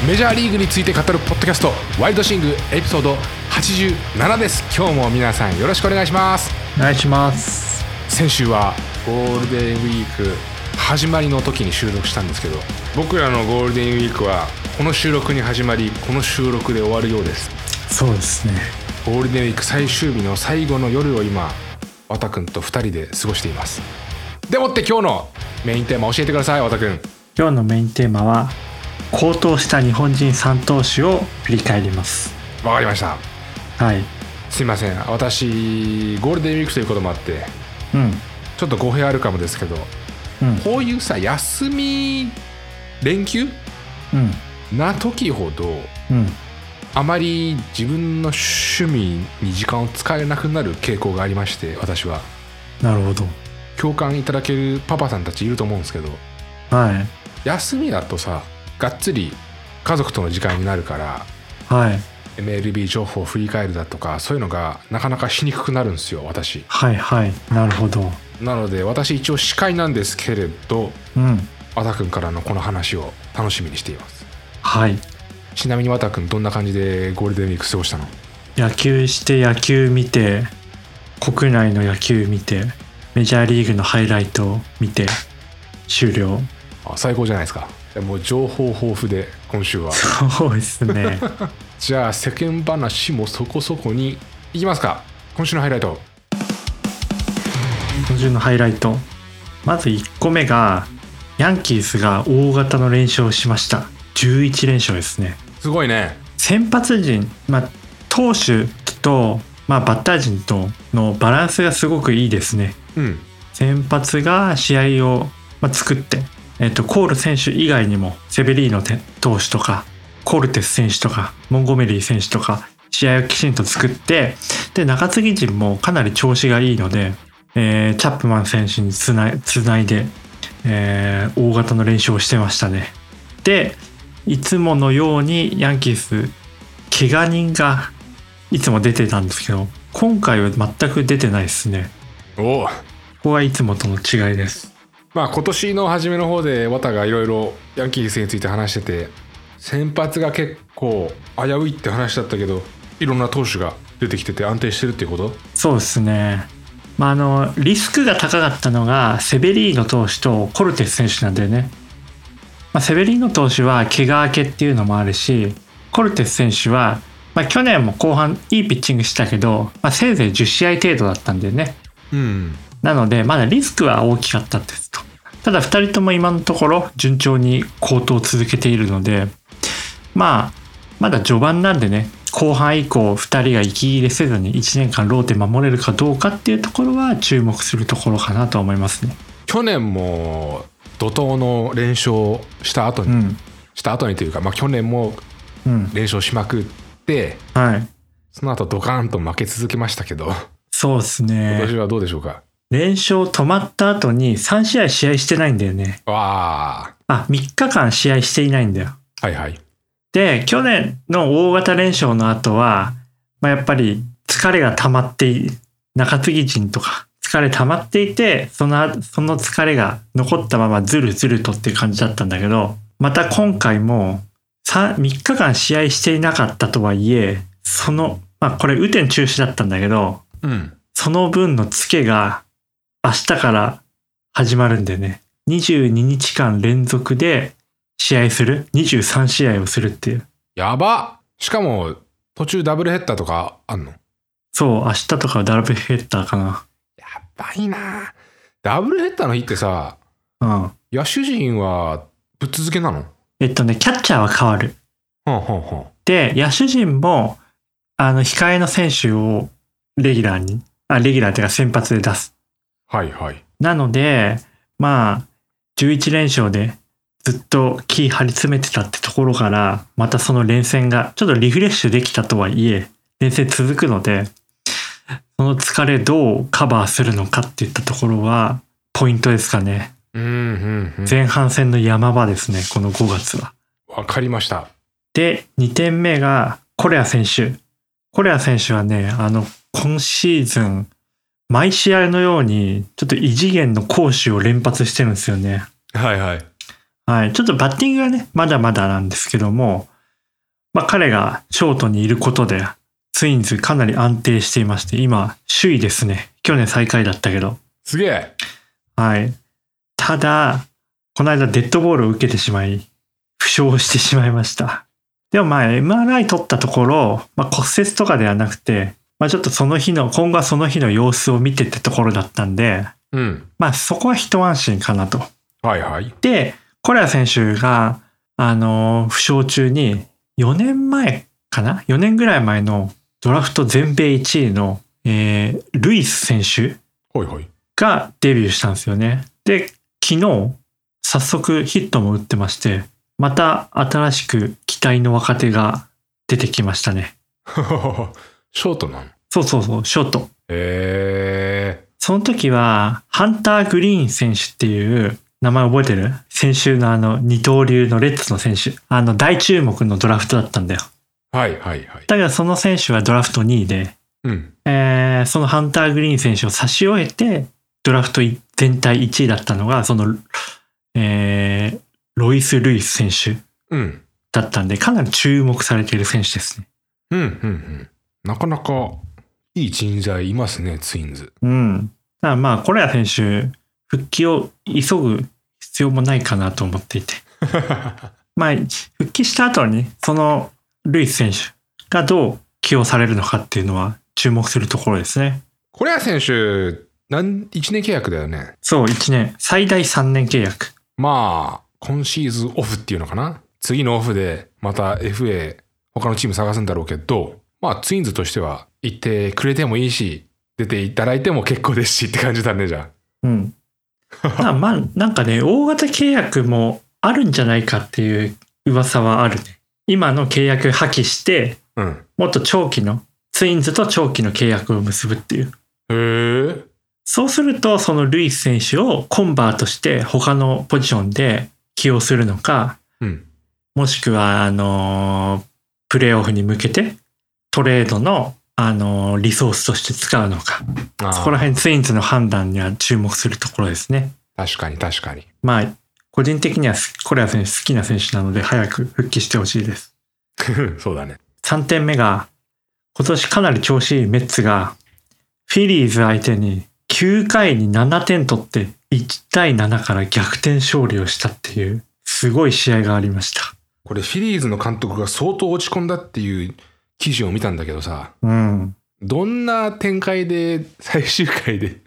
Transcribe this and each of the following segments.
メジャーリーグについて語るポッドキャストワイルドシングエピソード87です。今日も皆さんよろしくお願いします。 お願いします。 先週はゴールデンウィーク始まりの時に収録したんですけど、僕らのゴールデンウィークはこの収録に始まりこの収録で終わるようです。 そうですね。 ゴールデンウィーク最終日の最後の夜を今わたくんと2人で過ごしています。でもって今日のメインテーマ教えてください。わたくん。 今日のメインテーマは好投した日本人3投手を振り返ります。 わかりました。 はい。 すいません、私ゴールデンウィークということもあって、ちょっと語弊あるかもですけど、こういうさ休み連休、な時ほど、あまり自分の趣味に時間を使えなくなる傾向がありまして、私は。 なるほど。 共感いただけるパパさんたちいると思うんですけど、 はい。 休みだとさがっつり家族との時間になるから、 はい。 MLB 情報を振り返るだとかそういうのがなかなかしにくくなるんですよ、私。 はいはい。なるほど。 なので私一応司会なんですけれど、和田くんからのこの話を楽しみにしています。 はい。 ちなみに和田くんどんな感じでゴールデンウィーク過ごしたの？ 野球して野球見て、国内の野球見て、メジャーリーグのハイライトを見て終了。 最高じゃないですか。もう情報豊富で今週は。 そうですね。 じゃあ世間話もそこそこにいきますか。今週のハイライト。 今週のハイライト、まず1個目がヤンキースが大型の連勝をしました。11連勝ですね。 すごいね。 先発陣、投手と、バッター陣とのバランスがすごくいいですね。先発が試合を作って、コール選手以外にもセベリーノ投手とかコルテス選手とかモンゴメリー選手とか試合をきちんと作って、で中継ぎ陣もかなり調子がいいので、チャップマン選手につないで、大型の連勝をしてましたね。でいつものようにヤンキース怪我人がいつも出てたんですけど、今回は全く出てないですね。ここはいつもとの違いです。 今年の初めの方で綿がいろいろヤンキースについて話してて、先発が結構危ういって話だったけど、いろんな投手が出てきてて安定してるっていうこと？ そうですね。リスクが高かったのがセベリーノ投手とコルテス選手なんだよね。セベリーノ投手は怪我明けっていうのもあるし、コルテス選手は、去年も後半いいピッチングしたけど、せいぜい10試合程度だったんだよね。なのでまだリスクは大きかったですと。ただ2人とも今のところ順調に好投を続けているので、まだ序盤なんでね、後半以降2人が息切れせずに1年間ローテ守れるかどうかっていうところは注目するところかなと思いますね。 去年も怒涛の連勝した後にというか、去年も連勝しまくって、その後ドカーンと負け続けましたけど。そうですね。今年はどうでしょうか？ 連勝止まった後に3試合してないんだよね。3日間試合していないんだよ。で去年の大型連勝の後は、やっぱり疲れが溜まって中継ぎ陣とか疲れ溜まっていて、その疲れが残ったままずるずるとっていう感じだったんだけど、また今回も3日間試合していなかったとはいえ、これ雨天中止だったんだけど、その分のツケが明日から始まるんでね、22日間連続で試合する、23試合をするっていう。 やば。しかも途中ダブルヘッダーとかあんの？そう、 明日とかダブルヘッダーかな。 やばいな。ダブルヘッダーの日ってさ、野手陣はぶっ続けなの？ キャッチャーは変わる。で野手陣も控えの選手をレギュラーっていうか先発で出す。なので11連勝でずっと気張り詰めてたってところから、またその連戦がちょっとリフレッシュできたとはいえ連戦続くので、その疲れどうカバーするのかっていったところはポイントですかね。前半戦の山場ですね、この5月は。 わかりました。 で2点目がコレア選手。コレア選手はね、今シーズン毎試合のようにちょっと異次元の攻守を連発してるんですよね。ちょっとバッティングがねまだまだなんですけども、 彼がショートにいることで、ツインズかなり安定していまして、今、首位ですね。去年最下位だったけど。 すげえ。 はい。ただ、この間デッドボールを受けてしまい、負傷してしまいました。でもMRI 取ったところ、骨折とかではなくて、ちょっと今後はその日の様子を見てってところだったんで、そこは一安心かなと。 はいはい。 で、コレア選手が、負傷中に4年前かな ?4 年ぐらい前のドラフト全米1位の、ルイス選手がデビューしたんですよね。で、昨日、早速ヒットも打ってまして、また新しく期待の若手が出てきましたね。 ショートなの？ そう、ショート。その時は、ハンター・グリーン選手っていう名前覚えてる？先週の二刀流のレッズの選手。大注目のドラフトだったんだよ。 はい。 だからその選手はドラフト2位で、そのハンター・グリーン選手を差し終えて、ドラフト全体1位だったのが、その、ロイス・ルイス選手だったんで、かなり注目されている選手ですね。 なかなかいい人材いますね、ツインズ。 だからコレア選手、復帰を急ぐ必要もないかなと思っていて。復帰した後に、そのルイス選手がどう起用されるのかっていうのは注目するところですね。 コレア選手、1年契約だよね。 そう、1年。最大3年契約。 今シーズンオフっていうのかな？次のオフでまた FA 他のチーム探すんだろうけど、ツインズとしては行ってくれてもいいし、出ていただいても結構ですしって感じだね、じゃあ。なんかね、大型契約もあるんじゃないかっていう噂はあるね。今の契約破棄して、もっと長期の、ツインズと長期の契約を結ぶっていう。 へえ。そうすると、そのルイス選手をコンバートして他のポジションで起用するのか、もしくは、プレーオフに向けてトレードの、リソースとして使うのか。そこら辺ツインズの判断には注目するところですね。 確かに。 個人的にはコレア選手好きな選手なので早く復帰してほしいです。 そうだね。 3点目が、今年かなり調子いいメッツが、フィリーズ相手に9回に7点取って1対7から逆転勝利をしたっていうすごい試合がありました。 これフィリーズの監督が相当落ち込んだっていう記事を見たんだけどさ、どんな展開で最終回で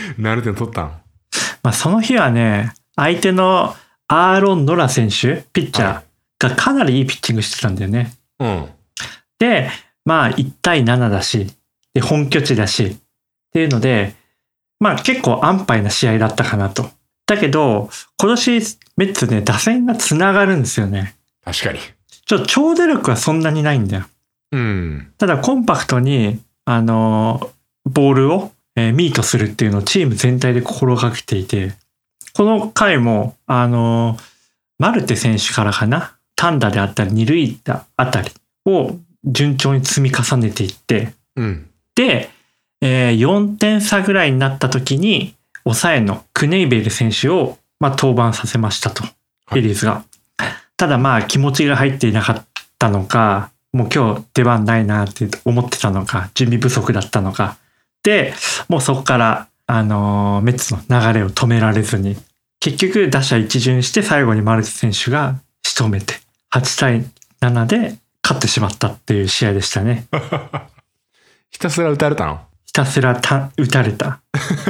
7点取ったの？その日はね、相手のアーロン・ノラ選手、ピッチャーがかなりいいピッチングしてたんだよね。で、1対7だし、で本拠地だしっていうので、結構安牌な試合だったかなと。だけど今年メッツね、打線がつながるんですよね。 確かに。 長打力はそんなにないんだよ。ただコンパクトにボールをミートするっていうのをチーム全体で心がけていて、この回もマルテ選手からかな、単打であったり二塁打あたりを順調に積み重ねていって、で、4点差ぐらいになった時に抑えのクネイベル選手を登板させましたと、フィリーズが。ただ気持ちが入っていなかったのか、もう今日出番ないなって思ってたのか、準備不足だったのかで、もうそこからメッツの流れを止められずに、結局打者一巡して最後にマルテ選手が仕留めて8対7で勝ってしまったっていう試合でしたね。 ひたすら打たれたの？ ひたすら打たれた。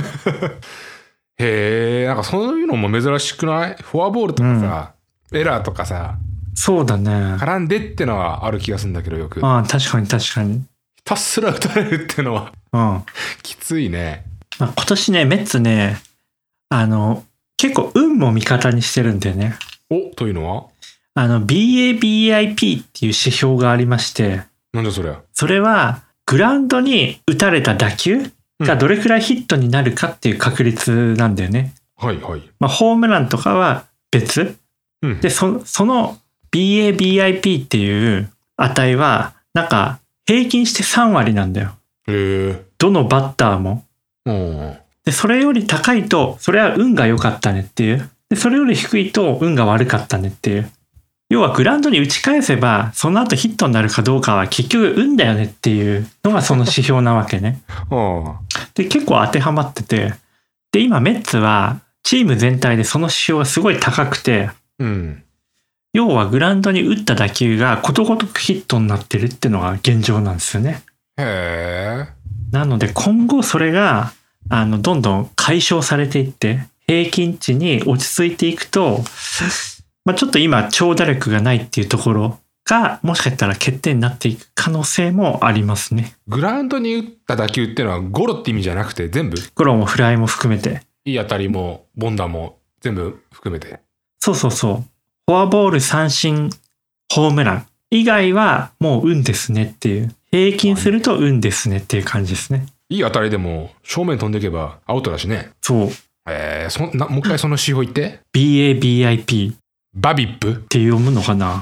へえ、なんかそういうのも珍しくない？フォアボールとかさ、エラーとかさ、 そうだね。 絡んでってのはある気がするんだけど、よく。 確かに。ひたすら打たれるってのは、きついね。 今年ね、メッツね、結構運も味方にしてるんだよね。 というのは BABIP っていう指標がありまして。 なんだそれ？ それは、グラウンドに打たれた打球がどれくらいヒットになるかっていう確率なんだよね。 ホームランとかは別。で、その BABIP っていう値は、なんか平均して3割なんだよ。どのバッターも。で、それより高いと、それは運が良かったねっていう。で、それより低いと運が悪かったねっていう。 要はグラウンドに打ち返せばその後ヒットになるかどうかは結局運だよねっていうのがその指標なわけね。で結構当てはまってて、で今メッツはチーム全体でその指標がすごい高くて、要はグラウンドに打った打球がことごとくヒットになってるっていうのが現状なんですよね。 へー。 なので今後それがどんどん解消されていって平均値に落ち着いていくと、ちょっと今長打力がないっていうところがもしかしたら欠点になっていく可能性もありますね。 グラウンドに打った打球っていうのはゴロって意味じゃなくて全部？ ゴロもフライも含めて。 いい当たりも凡打も全部含めて。 そう。フォアボール、三振、ホームラン以外はもう運ですねっていう。平均すると運ですねっていう感じですね。 いい当たりでも正面飛んでいけばアウトだしね。 そう。 もう一回その指標言って。 BABIP。 バビップって読むのかな。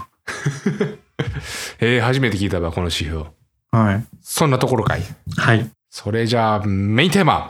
初めて聞いたわこの指標。 はい。 そんなところかい。 はい。 それじゃあメインテーマ。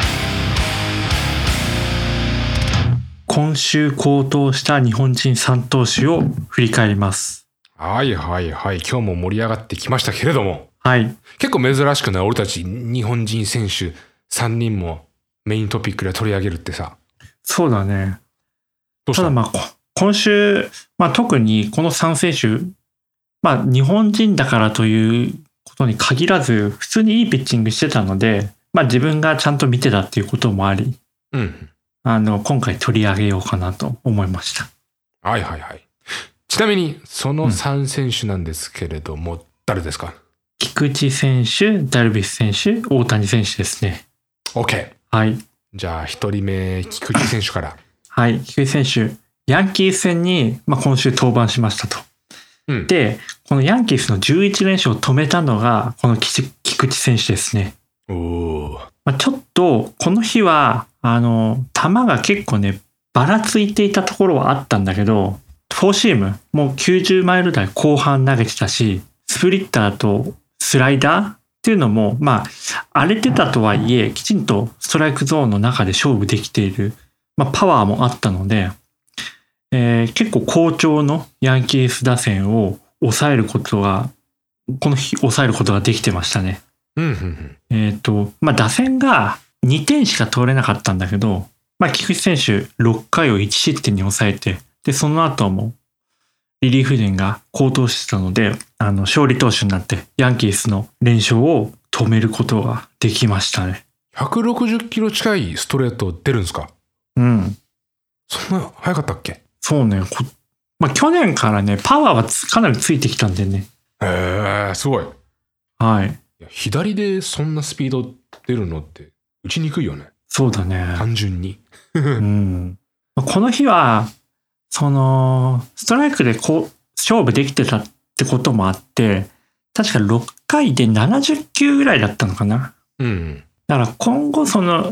今週好投した日本人3投手を振り返ります。 はい。今日も盛り上がってきましたけれども。 はい。 結構珍しくない？俺たち日本人選手3人もメイントピックで取り上げるってさ。そうだね。どうした？ただ今週、特にこの3選手、日本人だからということに限らず、普通にいいピッチングしてたので、自分がちゃんと見てたっていうこともあり、今回取り上げようかなと思いました。はい。 ちなみに、その3選手なんですけれども、誰ですか？ 菊池選手、ダルビッシュ選手、大谷選手ですね。 OK。 はい。 じゃあ、1人目、菊池選手から。 はい、菊池選手。ヤンキース戦に、今週登板しましたと。で、このヤンキースの11連勝を止めたのが、この菊池選手ですね。ちょっと、この日は、球が結構ね、ばらついていたところはあったんだけど、フォーシーム、もう90マイル台後半投げてたし、スプリッターとスライダーっていうのも、荒れてたとはいえ、きちんとストライクゾーンの中で勝負できている、パワーもあったので、結構好調のヤンキース打線をこの日抑えることができてましたね。打線が2点しか取れなかったんだけど、菊池選手6回を1失点に抑えて、で、その後はもうリリーフ陣が好投してたので、勝利投手になってヤンキースの連勝を止めることができましたね。 160キロ近いストレート出るんですか？そんな早かったっけ？そうね。 去年からね、パワーはかなりついてきたんでね。 すごい。 はい。 左でそんなスピード出るのって打ちにくいよね。 そうだね。 単純に。 この日は、ストライクで勝負できてたってこともあって、確か6回で70球ぐらいだったのかな。だから今後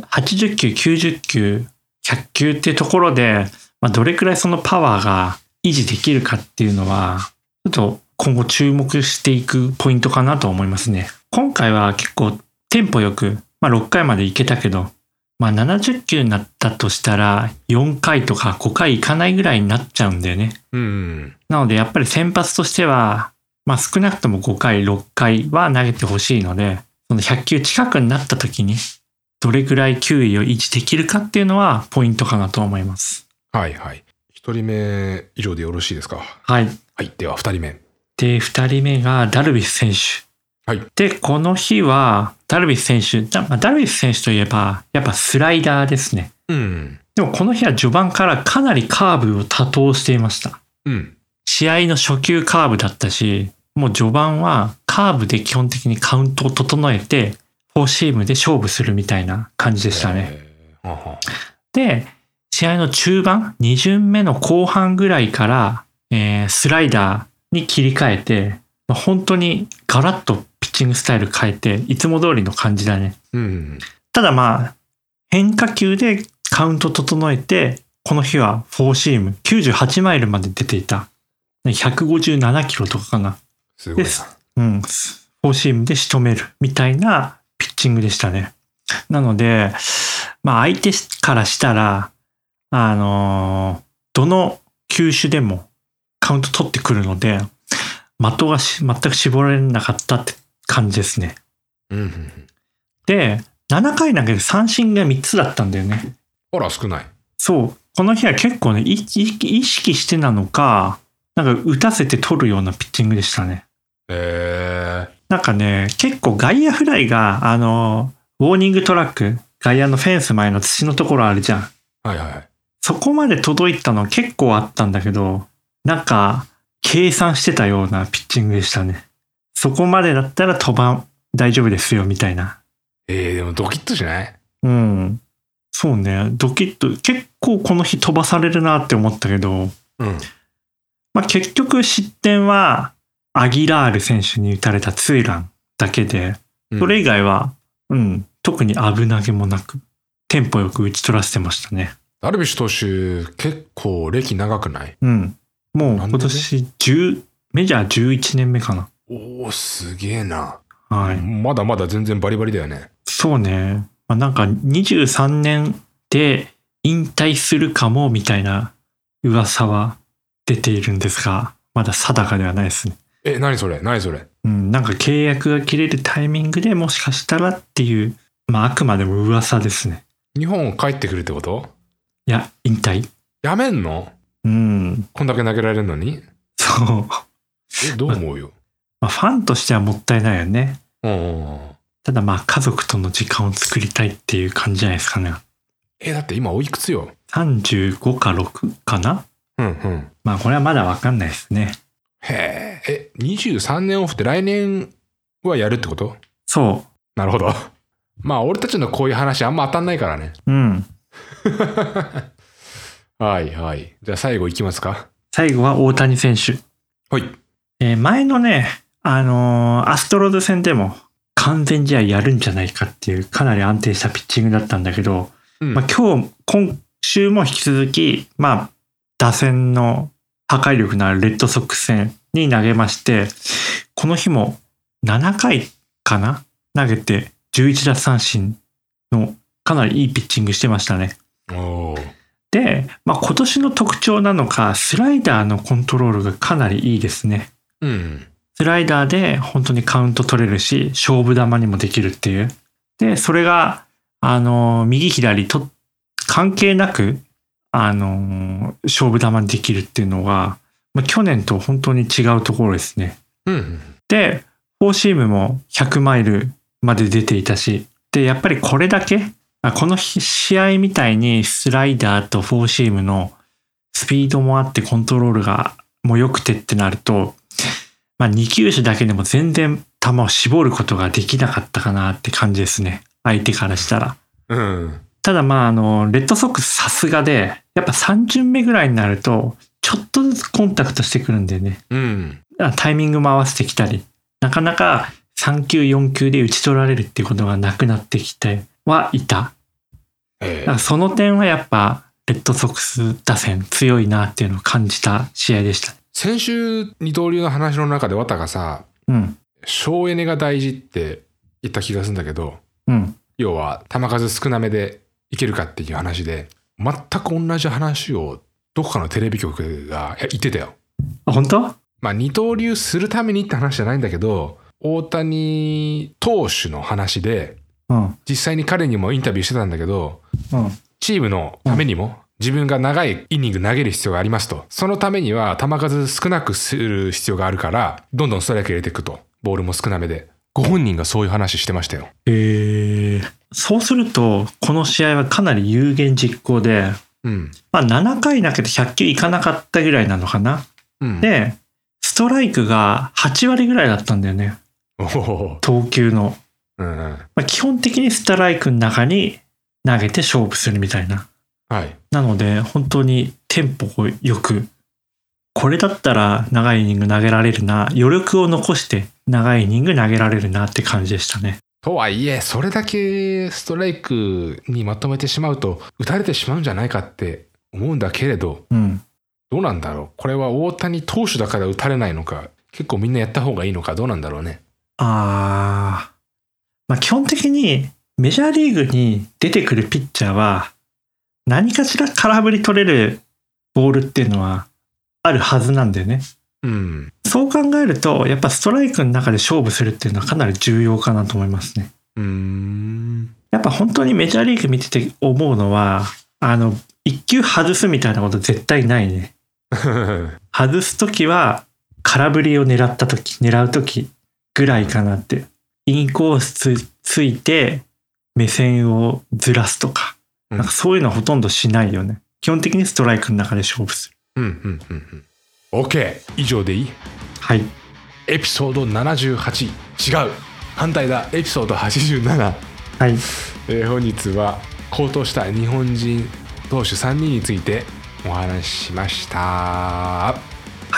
80球、90球、100球っていうところで、どれくらいそのパワーが維持できるかっていうのは、ちょっと今後注目していくポイントかなと思いますね。今回は結構テンポよく、6回までいけたけど、70球になったとしたら4回とか5回いかないぐらいになっちゃうんだよね。なのでやっぱり先発としては、少なくとも5回、6回は投げてほしいので、その100球近くになった時にどれくらい球威を維持できるかっていうのはポイントかなと思います。 1人目以上でよろしいですか？ はい。 では2人目。 で、2人目がダルビッシュ選手。で、この日はダルビッシュ選手、ダルビッシュ選手といえばやっぱスライダーですね。でもこの日は序盤からかなりカーブを多投していました。試合の初球カーブだったし、もう序盤はカーブで基本的にカウントを整えてフォーシームで勝負するみたいな感じでしたね。で、試合の中盤、2巡目の後半ぐらいから、スライダーに切り替えて、本当にガラッとピッチングスタイル変えて、いつも通りの感じだね。ただ変化球でカウント整えて、この日はフォーシーム98マイルまで出ていた。157キロとかかな。 すごいな。 フォーシームで仕留めるみたいなピッチングでしたね。なので、相手からしたら、どの球種でもカウント取ってくるので、的が全く絞られなかったって感じですね。で、7回投げる三振が3つだったんだよね。 あら、少ない。 そう。この日は結構ね、意識してなのか、なんか打たせて取るようなピッチングでしたね。なんかね、結構外野フライが、ウォーニングトラック、外野のフェンス前の土のところあるじゃん。 はいはい。 そこまで届いたの結構あったんだけど、なんか、計算してたようなピッチングでしたね。そこまでだったら大丈夫ですよ、みたいな。 でもドキッとしない？ うん。そうね、ドキッと、結構この日飛ばされるなって思ったけど、まあ結局失点は、アギラール選手に打たれたツーランだけで、それ以外は、特に危なげもなく、テンポよく打ち取らせてましたね。 ダルビッシュ投手、結構歴長くない？ もう今年メジャー11年目かな。 おー、すげえな。 はい。 まだまだ全然バリバリだよね。 そうね。まあ、なんか23年で引退するかもみたいな噂は出ているんですが、まだ定かではないですね。 何それ？なんか契約が切れるタイミングでもしかしたらっていう、まああくまでも噂ですね。 日本帰ってくるってこと？ いや、引退。 やめんの？こんだけ投げられるのに？ そう。 どう思うよ。 まあ、ファンとしてはもったいないよね。ただまあ家族との時間を作りたいっていう感じじゃないですかね。 だって今おいくつよ ？35か6かな？まあこれはまだわかんないですね。 23年オフって来年はやるってこと？ そう。 なるほど。まあ俺たちのこういう話あんま当たんないからね。はいはい。じゃあ最後いきますか。 最後は大谷選手。 はい。 前のね、アストロズ戦でも完全試合やるんじゃないかっていうかなり安定したピッチングだったんだけど、まあ今週も引き続き、まあ打線の破壊力のあるレッドソックス戦に投げまして、この日も7回かな投げて11奪三振のかなりいいピッチングしてましたね。で、まあ、今年の特徴なのか、スライダーのコントロールがかなりいいですね。スライダーで本当にカウント取れるし、勝負球にもできるっていう。で、それが、右左と関係なく、勝負球にできるっていうのが、まあ、去年と本当に違うところですね。で、フォーシームも100マイルまで出ていたし、で、やっぱりこれだけ、この試合みたいにスライダーとフォーシームのスピードもあってコントロールがもう良くてってなると、まあ2球種だけでも全然球を絞ることができなかったかなって感じですね。相手からしたら。ただまあレッドソックスさすがで、やっぱ3巡目ぐらいになると、ちょっとずつコンタクトしてくるんだよね。タイミングも合わせてきたり、なかなか3球4球で打ち取られるっていうことがなくなってきてはいた。だからその点はやっぱレッドソックス打線強いなっていうのを感じた試合でした。 先週二刀流の話の中で綿がさ、省エネが大事って言った気がするんだけど、要は球数少なめでいけるかっていう話で、全く同じ話をどこかのテレビ局が言ってたよ。 本当？ まあ二刀流するためにって話じゃないんだけど、大谷投手の話で、実際に彼にもインタビューしてたんだけど、チームのためにも自分が長いイニング投げる必要がありますと。そのためには球数少なくする必要があるから、どんどんストライク入れていくと。ボールも少なめで。ご本人がそういう話してましたよ。 そうすると、この試合はかなり有言実行で、まあ7回投げて100球いかなかったぐらいなのかな。で、ストライクが8割ぐらいだったんだよね。投球の。まあ、基本的にストライクの中に投げて勝負するみたいな。なので本当にテンポよく、これだったら長いイニング投げられるな、余力を残して長いイニング投げられるなって感じでしたね。 とはいえ、それだけストライクにまとめてしまうと打たれてしまうんじゃないかって思うんだけれど、どうなんだろう。これは大谷投手だから打たれないのか、結構みんなやった方がいいのか、どうなんだろうね。 まあ、基本的にメジャーリーグに出てくるピッチャーは何かしら空振り取れるボールっていうのはあるはずなんだよね。 うん、 そう考えるとやっぱストライクの中で勝負するっていうのはかなり重要かなと思いますね。やっぱ本当にメジャーリーグ見てて思うのは一球外すみたいなこと絶対ないね。外すときは空振りを狙うときぐらいかなって。インコースついて目線をずらすとか、なんかそういうのはほとんどしないよね。基本的にストライクの中で勝負する。 OK、 以上でいい？ はい。 エピソード78、違う、反対だ、エピソード87。 はい。 本日は好投した日本人投手3人についてお話ししました。 はい。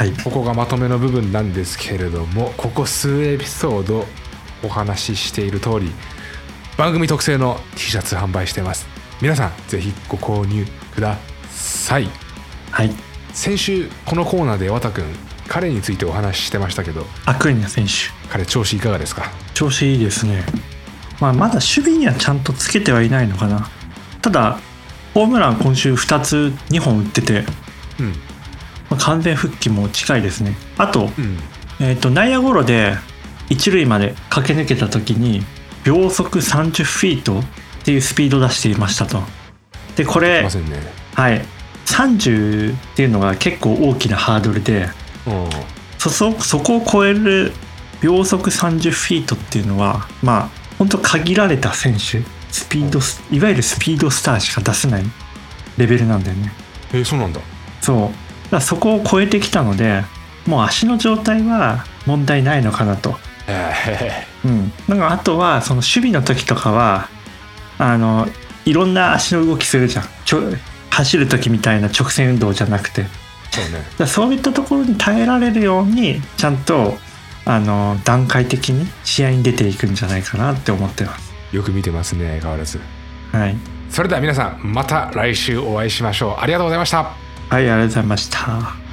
ここがまとめの部分なんですけれども、ここ数エピソードお話ししている通り、番組特製の T シャツ販売してます。皆さんぜひご購入ください。 はい。 先週このコーナーで和田くん、彼についてお話ししてましたけど、 アクーニャ選手、 彼調子いかがですか？ 調子いいですね。まだ守備にはちゃんとつけてはいないのかな。ただホームラン今週2本打ってて、完全復帰も近いですね。あと、内野ゴロで一塁まで駆け抜けた時に秒速30フィートっていうスピード出していましたと。でこれ、はい、30っていうのが結構大きなハードルで、そこを超える秒速30フィートっていうのは本当限られた選手、いわゆるスピードスターしか出せないレベルなんだよね。 そうなんだ。 そうだからそこを超えてきたので、もう足の状態は問題ないのかなと。なんかあとはその守備の時とかはいろんな足の動きするじゃん。走る時みたいな直線運動じゃなくて、そういったところに耐えられるようにちゃんと段階的に試合に出ていくんじゃないかなって思ってます。 よく見てますね、変わらず。 はい。 それでは皆さんまた来週お会いしましょう。ありがとうございました。 はい、ありがとうございました。